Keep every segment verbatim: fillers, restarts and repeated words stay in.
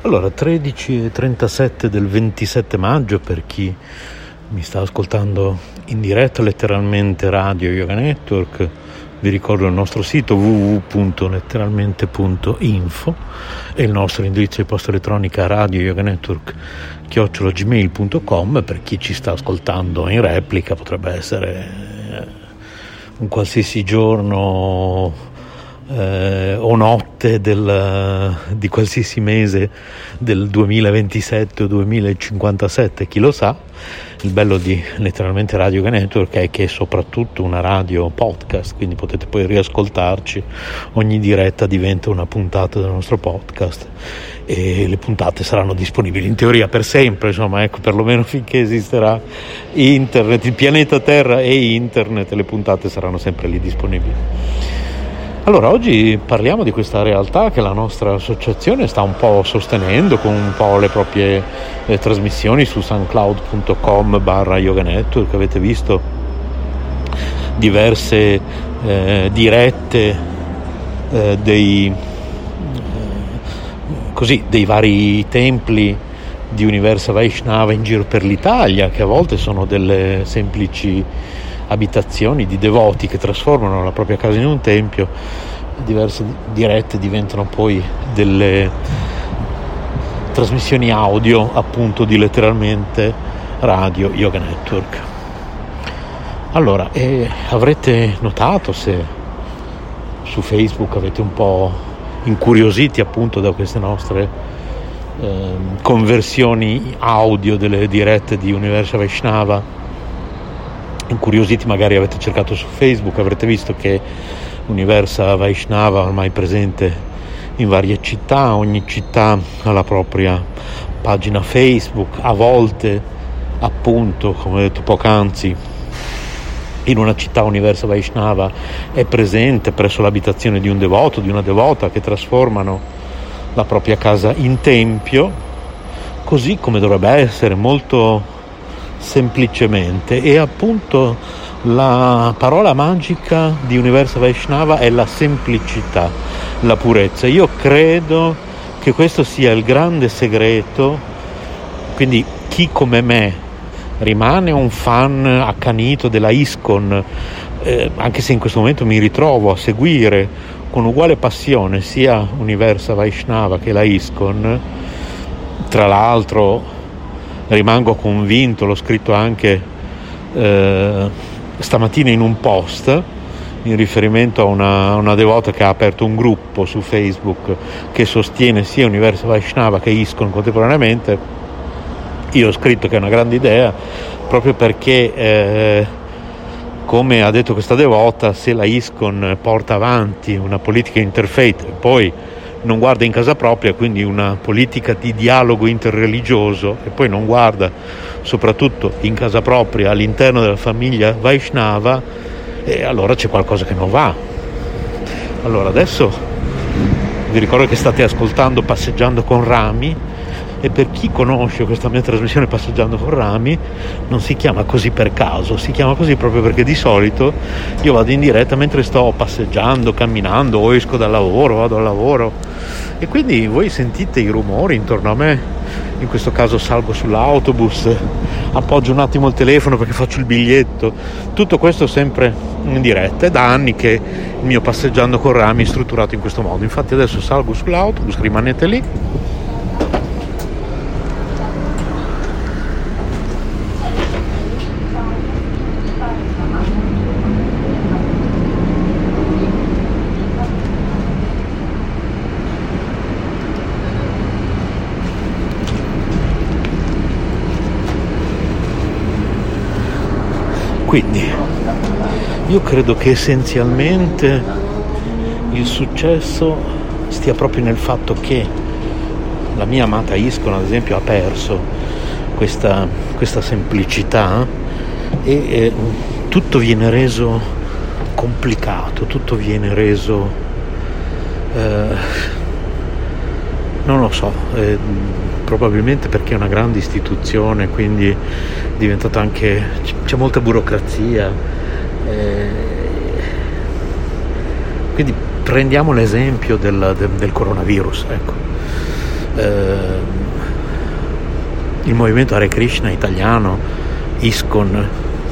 Allora, tredici e trentasette del ventisette maggio, per chi mi sta ascoltando in diretta, letteralmente Radio Yoga Network, vi ricordo il nostro sito w w w punto letteralmente punto info e il nostro indirizzo di posta elettronica radio yoga network chiocciola gmail punto com. Per chi ci sta ascoltando in replica, potrebbe essere un qualsiasi giorno Eh, o notte del, di qualsiasi mese del duemilaventisette o duemilacinquantasette, chi lo sa. Il bello di letteralmente Radio Yoga Network è che è soprattutto una radio podcast, quindi potete poi riascoltarci. Ogni diretta diventa una puntata del nostro podcast e le puntate saranno disponibili in teoria per sempre, insomma, ecco, perlomeno finché esisterà internet, il pianeta Terra e internet, le puntate saranno sempre lì disponibili. Allora, oggi parliamo di questa realtà che la nostra associazione sta un po' sostenendo con un po' le proprie eh, trasmissioni su soundcloud punto com barra yoga network. Avete visto diverse eh, dirette eh, dei, eh, così, dei vari templi di Universa Vaishnava in giro per l'Italia, che a volte sono delle semplici abitazioni di devoti che trasformano la propria casa in un tempio. Diverse dirette diventano poi delle trasmissioni audio, appunto, di letteralmente Radio Yoga Network. Allora, eh, avrete notato, se su Facebook avete un po' incuriositi appunto da queste nostre eh, conversioni audio delle dirette di Universa Vaishnava, incuriositi, magari avete cercato su Facebook, avrete visto che Universa Vaishnava ormai presente in varie città, ogni città ha la propria pagina Facebook, a volte appunto, come ho detto poc'anzi, in una città Universa Vaishnava è presente presso l'abitazione di un devoto, di una devota, che trasformano la propria casa in tempio, così come dovrebbe essere, molto semplicemente. E appunto la parola magica di Universa Vaishnava è la semplicità, la purezza. Io credo che questo sia il grande segreto, quindi chi come me rimane un fan accanito della ISKCON, eh, anche se in questo momento mi ritrovo a seguire con uguale passione sia Universa Vaishnava che la ISKCON, tra l'altro rimango convinto, l'ho scritto anche eh, stamattina in un post in riferimento a una, una devota che ha aperto un gruppo su Facebook che sostiene sia Universa Vaishnava che ISKCON contemporaneamente. Io ho scritto che è una grande idea, proprio perché eh, come ha detto questa devota, se la ISKCON porta avanti una politica interfaith e poi non guarda in casa propria, quindi una politica di dialogo interreligioso, e poi non guarda soprattutto in casa propria all'interno della famiglia Vaishnava, e allora c'è qualcosa che non va. Allora, adesso vi ricordo che state ascoltando Passeggiando con Rami, e per chi conosce questa mia trasmissione Passeggiando con Rami, non si chiama così per caso, si chiama così proprio perché di solito io vado in diretta mentre sto passeggiando, camminando, o esco dal lavoro, vado al lavoro, e quindi voi sentite i rumori intorno a me. In questo caso salgo sull'autobus, appoggio un attimo il telefono perché faccio il biglietto, tutto questo sempre in diretta. È da anni che il mio Passeggiando con Rami è strutturato in questo modo. Infatti adesso salgo sull'autobus, rimanete lì. Quindi io credo che essenzialmente il successo stia proprio nel fatto che la mia amata ISKCON, ad esempio, ha perso questa, questa semplicità e eh, tutto viene reso complicato, tutto viene reso eh, non lo so, eh, probabilmente perché è una grande istituzione, quindi è diventato anche, c'è molta burocrazia, eh, quindi prendiamo l'esempio del, del, del coronavirus, ecco. eh, il movimento Hare Krishna italiano, ISKCON,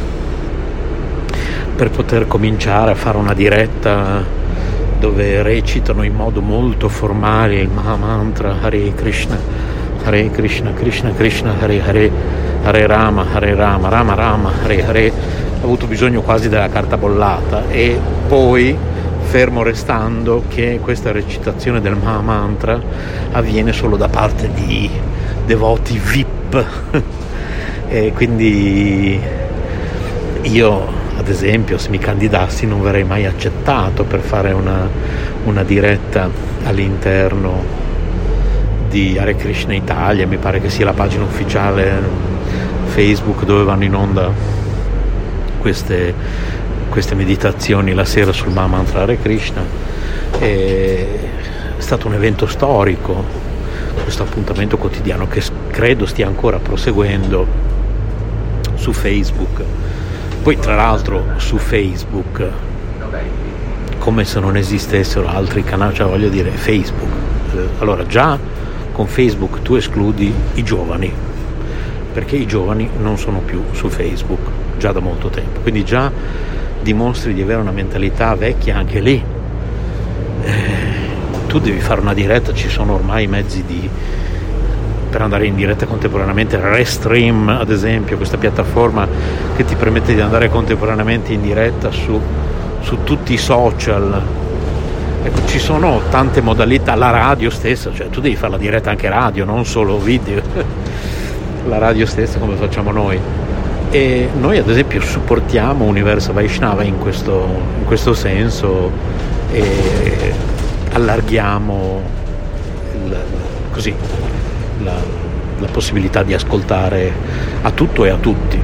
per poter cominciare a fare una diretta dove recitano in modo molto formale il Mahamantra Hare Krishna, Hare Krishna, Krishna Krishna, Hare Hare, Hare Rama, Hare Rama, Rama Rama, Hare Hare. Ho avuto bisogno quasi della carta bollata, e poi fermo restando che questa recitazione del Mahamantra avviene solo da parte di devoti V I P e quindi io, ad esempio, se mi candidassi non verrei mai accettato per fare una, una diretta all'interno di Hare Krishna Italia. Mi pare che sia la pagina ufficiale Facebook dove vanno in onda queste, queste meditazioni la sera sul Mahamantra Hare Krishna. È stato un evento storico questo appuntamento quotidiano, che credo stia ancora proseguendo su Facebook. Poi tra l'altro su Facebook, come se non esistessero altri canali, cioè voglio dire Facebook, allora già con Facebook tu escludi i giovani, perché i giovani non sono più su Facebook già da molto tempo, quindi già dimostri di avere una mentalità vecchia anche lì. Eh, tu devi fare una diretta, ci sono ormai mezzi di per andare in diretta contemporaneamente, Restream ad esempio, questa piattaforma che ti permette di andare contemporaneamente in diretta su, su tutti i social. Ecco, ci sono tante modalità, la radio stessa, cioè tu devi fare la diretta anche radio, non solo video, la radio stessa come facciamo noi. E noi ad esempio supportiamo Universa Vaishnava in questo, in questo senso, e allarghiamo il, così La, la possibilità di ascoltare a tutto e a tutti.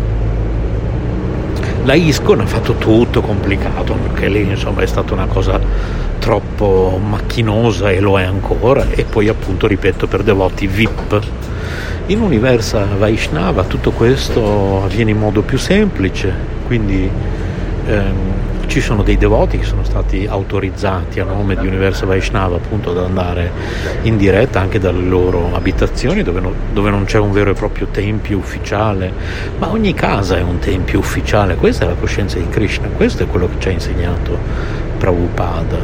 La ISKCON ha fatto tutto complicato, perché lì insomma è stata una cosa troppo macchinosa, e lo è ancora, e poi appunto, ripeto, per devoti V I P. In Universa Vaishnava tutto questo avviene in modo più semplice, quindi ehm, ci sono dei devoti che sono stati autorizzati a nome di Universa Vaishnava appunto ad andare in diretta anche dalle loro abitazioni, dove, no, dove non c'è un vero e proprio tempio ufficiale, ma ogni casa è un tempio ufficiale. Questa è la coscienza di Krishna, questo è quello che ci ha insegnato Prabhupada.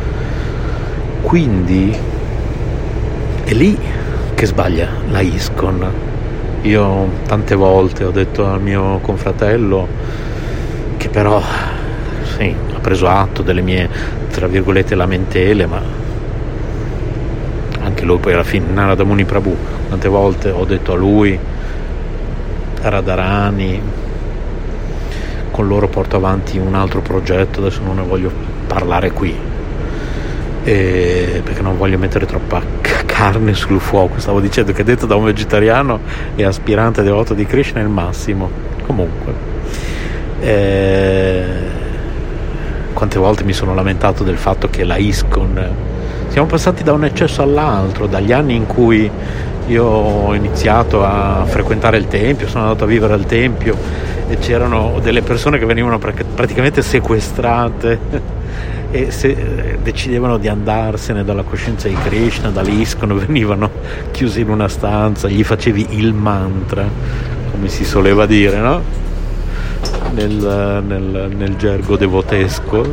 Quindi è lì che sbaglia la ISKCON. Io tante volte ho detto al mio confratello, che però sì, ha preso atto delle mie, tra virgolette, lamentele, ma anche lui poi alla fine, Narada Muni Prabhu, tante volte ho detto a lui, a Radharani, con loro porto avanti un altro progetto, adesso non ne voglio parlare qui, e perché non voglio mettere troppa carne sul fuoco. Stavo dicendo che, detto da un vegetariano e aspirante devoto di Krishna, è il massimo. Comunque eh, quante volte mi sono lamentato del fatto che la ISKCON, siamo passati da un eccesso all'altro, dagli anni in cui io ho iniziato a frequentare il tempio, sono andato a vivere al tempio e c'erano delle persone che venivano praticamente sequestrate e se decidevano di andarsene dalla coscienza di Krishna, dall'ISKCON, venivano chiusi in una stanza, gli facevi il mantra, come si soleva dire, no? Nel, nel, nel gergo devotesco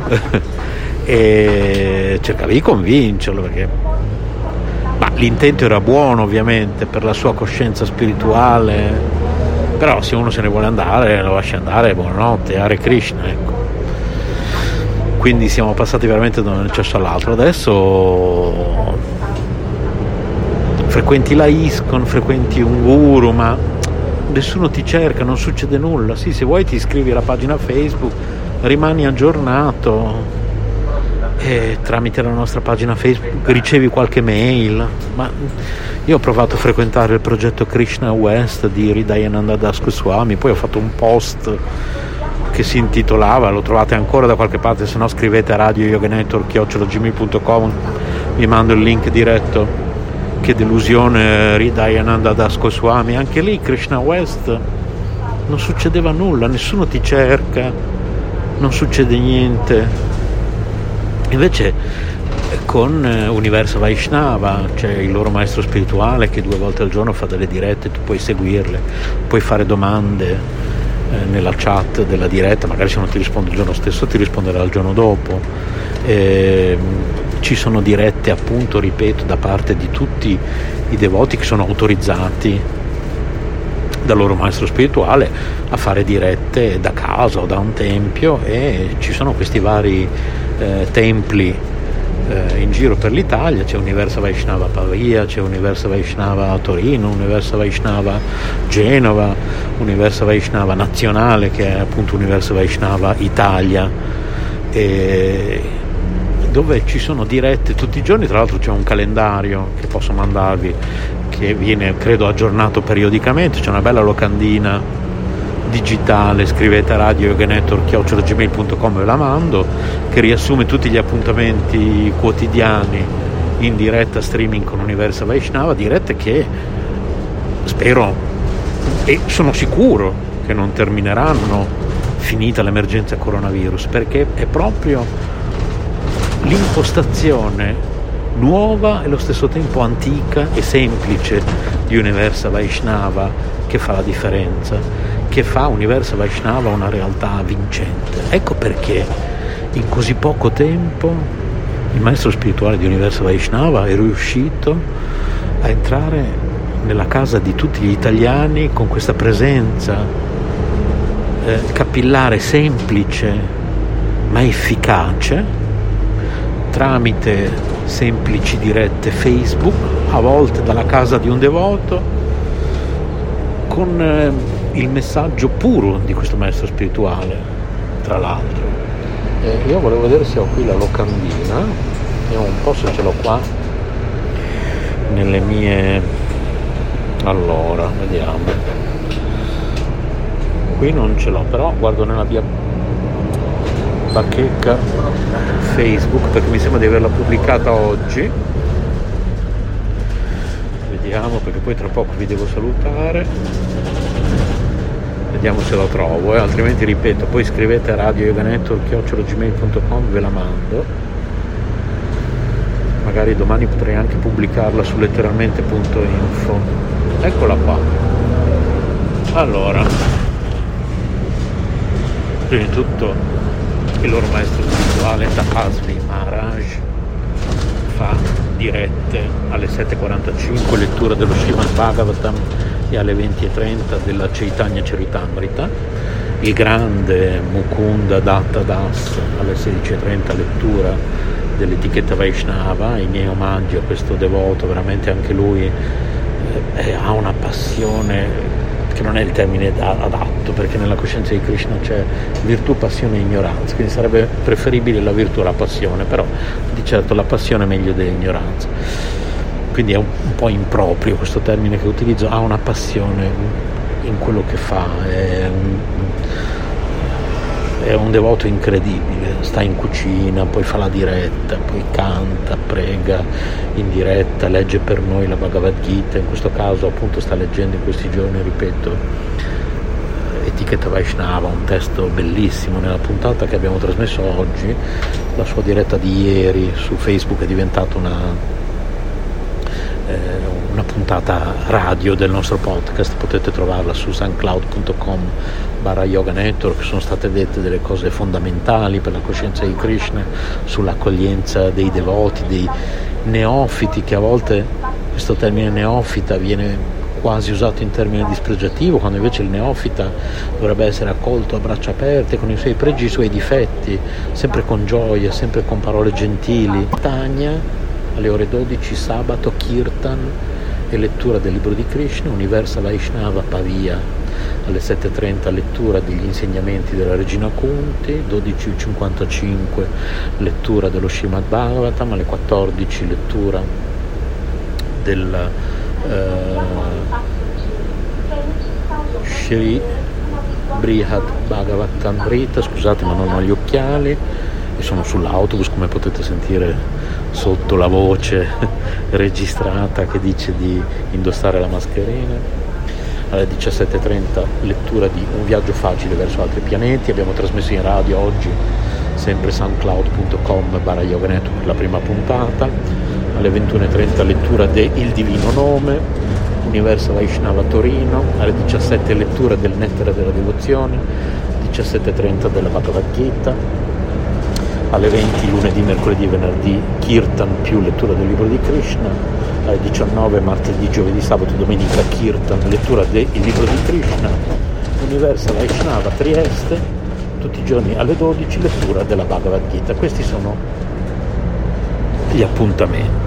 e cercavi di convincerlo, perché ma l'intento era buono ovviamente per la sua coscienza spirituale, però se uno se ne vuole andare lo lascia andare, buonanotte, Hare Krishna, ecco. Quindi siamo passati veramente da un eccesso all'altro. Adesso frequenti la ISKCON, frequenti un guru, ma nessuno ti cerca, non succede nulla. Sì, se vuoi ti iscrivi alla pagina Facebook, rimani aggiornato e tramite la nostra pagina Facebook ricevi qualche mail. Ma io ho provato a frequentare il progetto Krishna West di Hridayananda Das Goswami, poi ho fatto un post che si intitolava, lo trovate ancora da qualche parte, se no scrivete a radio yoga network chiocciola gmail punto com, vi mando il link diretto. Che delusione, Hridayananda Das Goswami, anche lì Krishna West non succedeva nulla, nessuno ti cerca, non succede niente. Invece con Universa Vaishnava, c'è il loro maestro spirituale che due volte al giorno fa delle dirette, tu puoi seguirle, puoi fare domande eh, nella chat della diretta, magari se non ti risponde il giorno stesso ti risponderà il giorno dopo. E, ci sono dirette, appunto, ripeto, da parte di tutti i devoti che sono autorizzati dal loro maestro spirituale a fare dirette da casa o da un tempio, e ci sono questi vari eh, templi eh, in giro per l'Italia. C'è Universa Vaishnava a Pavia, c'è Universa Vaishnava a Torino, Universa Vaishnava a Genova, Universa Vaishnava nazionale che è appunto Universa Vaishnava Italia, e dove ci sono dirette tutti i giorni. Tra l'altro c'è un calendario che posso mandarvi che viene, credo, aggiornato periodicamente. C'è una bella locandina digitale, scrivete a radio yoga network chiocciola gmail punto com, ve la mando, che riassume tutti gli appuntamenti quotidiani in diretta streaming con Universa Vaishnava, dirette che spero e sono sicuro che non termineranno finita l'emergenza coronavirus, perché è proprio l'impostazione nuova e allo stesso tempo antica e semplice di Universa Vaishnava che fa la differenza, che fa Universa Vaishnava una realtà vincente. Ecco perché in così poco tempo il maestro spirituale di Universa Vaishnava è riuscito a entrare nella casa di tutti gli italiani con questa presenza eh, capillare, semplice ma efficace, tramite semplici dirette Facebook, a volte dalla casa di un devoto, con eh, il messaggio puro di questo maestro spirituale, tra l'altro. Eh, io volevo vedere se ho qui la locandina, vediamo un po' se ce l'ho qua nelle mie... allora, vediamo. Qui non ce l'ho, però guardo nella mia bacheca Facebook, perché mi sembra di averla pubblicata oggi. Vediamo, perché poi tra poco vi devo salutare. Vediamo se la trovo, eh? Altrimenti, ripeto, poi scrivete a radio yoga network chiocciola gmail punto com, ve la mando. Magari domani potrei anche pubblicarla su letteralmente punto info. Eccola qua. Allora, prima di tutto il loro maestro spirituale Tapasvi Maharaj fa dirette alle sette e quarantacinque, lettura dello Srimad Bhagavatam, e alle venti e trenta della Chaitanya Charitamrita. Il grande Mukunda Datta Das alle sedici e trenta, lettura dell'etichetta Vaishnava. I miei omaggi a questo devoto, veramente anche lui eh, ha una passione che non è il termine adatto, perché nella coscienza di Krishna c'è virtù, passione e ignoranza, quindi sarebbe preferibile la virtù alla passione, però di certo la passione è meglio dell'ignoranza, quindi è un, un po' improprio questo termine che utilizzo. Ha una passione in quello che fa, è un, è un devoto incredibile, sta in cucina, poi fa la diretta, poi canta, prega in diretta, legge per noi la Bhagavad Gita, in questo caso appunto sta leggendo in questi giorni, ripeto, Etichetta Vaishnava, un testo bellissimo. Nella puntata che abbiamo trasmesso oggi, la sua diretta di ieri su Facebook è diventata una eh, una puntata radio del nostro podcast, potete trovarla su soundcloud punto com barra yoga network. Sono state dette delle cose fondamentali per la coscienza di Krishna, sull'accoglienza dei devoti, dei neofiti, che a volte questo termine neofita viene quasi usato in termine dispregiativo, quando invece il neofita dovrebbe essere accolto a braccia aperte, con i suoi pregi e i suoi difetti, sempre con gioia, sempre con parole gentili. Tanya alle ore dodici sabato, Kirtan e lettura del libro di Krishna. Universa Vaishnava Pavia alle sette e trenta, lettura degli insegnamenti della regina Kunti. Dodici e cinquantacinque, lettura dello Srimad Bhagavatam. Alle quattordici, lettura del uh, Shri Brihad Bhagavatamrita. Scusate, ma non ho gli occhiali e sono sull'autobus, come potete sentire sotto la voce registrata che dice di indossare la mascherina. Alle diciassette e trenta, lettura di Un viaggio facile verso altri pianeti. Abbiamo trasmesso in radio oggi sempre soundcloud punto com barra yoga network la prima puntata, alle ventuno e trenta lettura de Il Divino Nome, Universal Vaishnava Torino, alle diciassette lettura del Nettare della Devozione, diciassette e trenta della Bhagavad Gita, alle venti lunedì, mercoledì e venerdì Kirtan più lettura del libro di Krishna, alle diciannove martedì, giovedì, sabato e domenica Kirtan, lettura del libro di Krishna, Universal Vaishnava Trieste, tutti i giorni alle dodici lettura della Bhagavad Gita. Questi sono gli appuntamenti.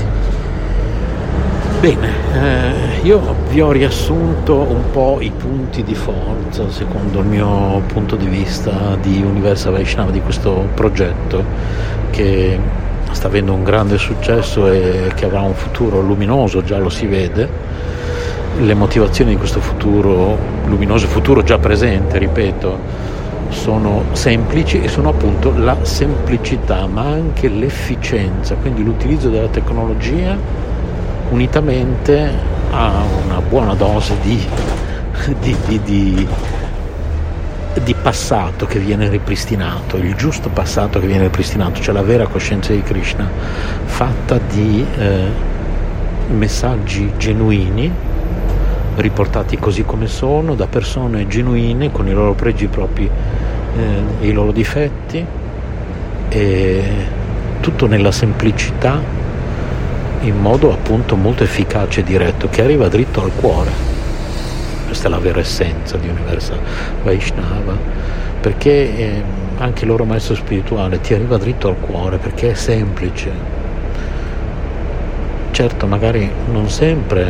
Bene, eh, io vi ho riassunto un po' i punti di forza secondo il mio punto di vista di Universal Vaishnava, di questo progetto che sta avendo un grande successo e che avrà un futuro luminoso, già lo si vede. Le motivazioni di questo futuro luminoso, futuro già presente, ripeto, sono semplici e sono appunto la semplicità, ma anche l'efficienza, quindi l'utilizzo della tecnologia unitamente a una buona dose di, di, di, di, di passato che viene ripristinato, il giusto passato che viene ripristinato, cioè la vera coscienza di Krishna, fatta di eh, messaggi genuini, riportati così come sono, da persone genuine, con i loro pregi propri eh, e i loro difetti, e tutto nella semplicità, in modo appunto molto efficace e diretto, che arriva dritto al cuore. Questa è la vera essenza di Universal Vaishnava, perché eh, anche il loro maestro spirituale ti arriva dritto al cuore, perché è semplice. Certo, magari non sempre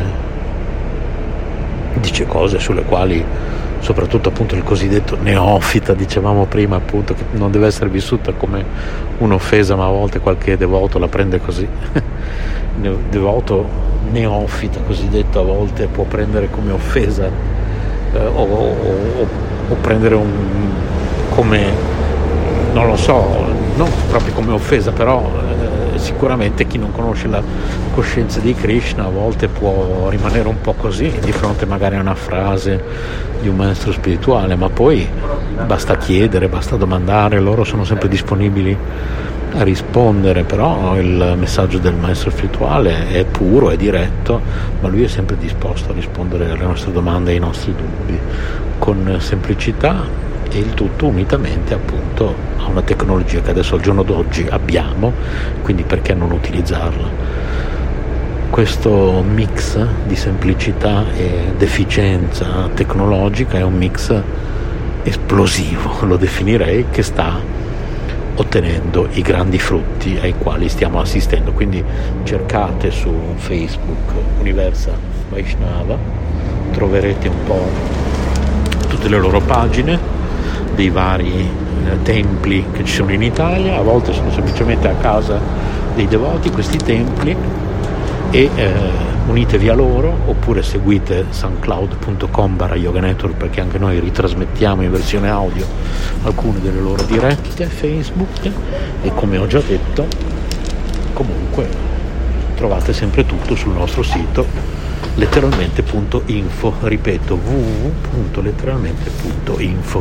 dice cose sulle quali, soprattutto appunto il cosiddetto neofita, dicevamo prima appunto, che non deve essere vissuta come un'offesa, ma a volte qualche devoto la prende così. Devoto neofita cosiddetto a volte può prendere come offesa eh, o, o, o, o prendere un come, non lo so, non proprio come offesa, però eh, sicuramente chi non conosce la coscienza di Krishna a volte può rimanere un po' così di fronte magari a una frase di un maestro spirituale, ma poi basta chiedere, basta domandare, loro sono sempre disponibili a rispondere. Però il messaggio del maestro spirituale è puro, è diretto, ma lui è sempre disposto a rispondere alle nostre domande e ai nostri dubbi con semplicità, e il tutto unitamente appunto a una tecnologia che adesso al giorno d'oggi abbiamo, quindi perché non utilizzarla? Questo mix di semplicità ed efficienza tecnologica è un mix esplosivo, lo definirei, che sta ottenendo i grandi frutti ai quali stiamo assistendo. Quindi cercate su Facebook Universal Vaishnava, troverete un po' tutte le loro pagine dei vari eh, templi che ci sono in Italia. A volte sono semplicemente a casa dei devoti questi templi, e eh, unitevi a loro, oppure seguite soundcloud punto com barra yoga network, perché anche noi ritrasmettiamo in versione audio alcune delle loro dirette Facebook, e come ho già detto comunque trovate sempre tutto sul nostro sito letteralmente punto info, ripeto w w w punto letteralmente punto info.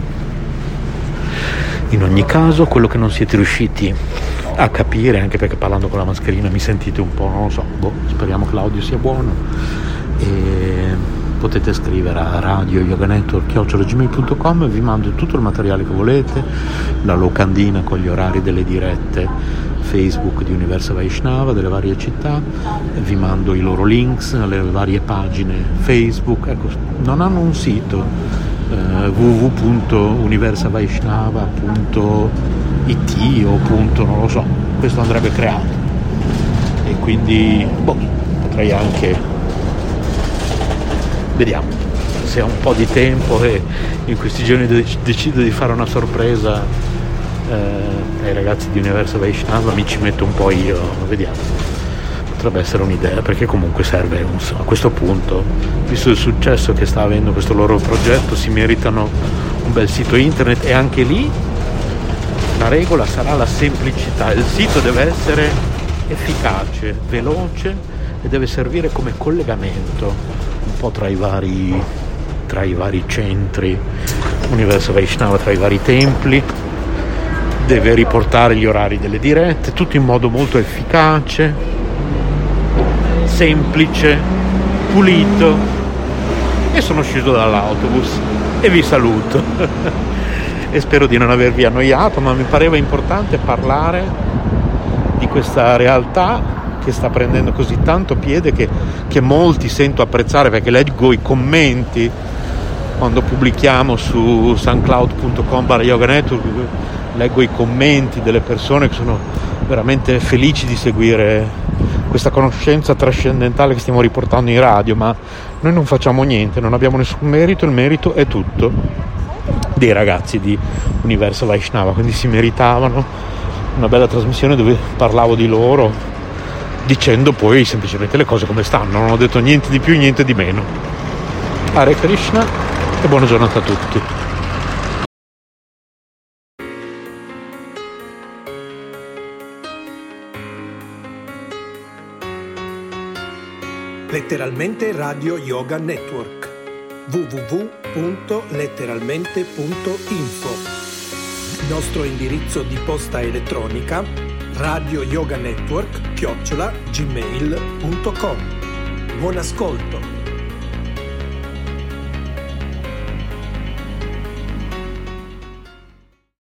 In ogni caso, quello che non siete riusciti a capire, anche perché parlando con la mascherina mi sentite un po', non lo so, boh, speriamo che l'audio sia buono, e potete scrivere a radio yoga network chiocciola gmail punto com, vi mando tutto il materiale che volete, la locandina con gli orari delle dirette Facebook di Universal Vaishnava delle varie città, vi mando i loro links alle varie pagine Facebook. Ecco, non hanno un sito, Uh, w w w punto universal vaishnava punto i t o punto, non lo so, questo andrebbe creato, e quindi boh, potrei anche, vediamo se ho un po' di tempo e in questi giorni dec- decido di fare una sorpresa eh, ai ragazzi di Universal Vaishnava, mi ci metto un po' io, vediamo. Potrebbe essere un'idea, perché comunque serve un, a questo punto, visto il successo che sta avendo questo loro progetto, si meritano un bel sito internet, e anche lì la regola sarà la semplicità. Il sito deve essere efficace, veloce, e deve servire come collegamento un po' tra i vari tra i vari centri Universal Vaishnava, tra i vari templi, deve riportare gli orari delle dirette, tutto in modo molto efficace, semplice, pulito. E sono sceso dall'autobus e vi saluto e spero di non avervi annoiato, ma mi pareva importante parlare di questa realtà che sta prendendo così tanto piede, che, che molti sento apprezzare, perché leggo i commenti quando pubblichiamo su soundcloud punto com barra yoga network, leggo i commenti delle persone che sono veramente felici di seguire questa conoscenza trascendentale che stiamo riportando in radio, ma noi non facciamo niente, non abbiamo nessun merito, il merito è tutto dei ragazzi di Universo Vaishnava, quindi si meritavano una bella trasmissione dove parlavo di loro, dicendo poi semplicemente le cose come stanno, non ho detto niente di più, niente di meno. Hare Krishna e buona giornata a tutti. Letteralmente Radio Yoga Network w w w punto letteralmente punto info. Nostro indirizzo di posta elettronica radio yoga network chiocciola gmail punto com. Buon ascolto.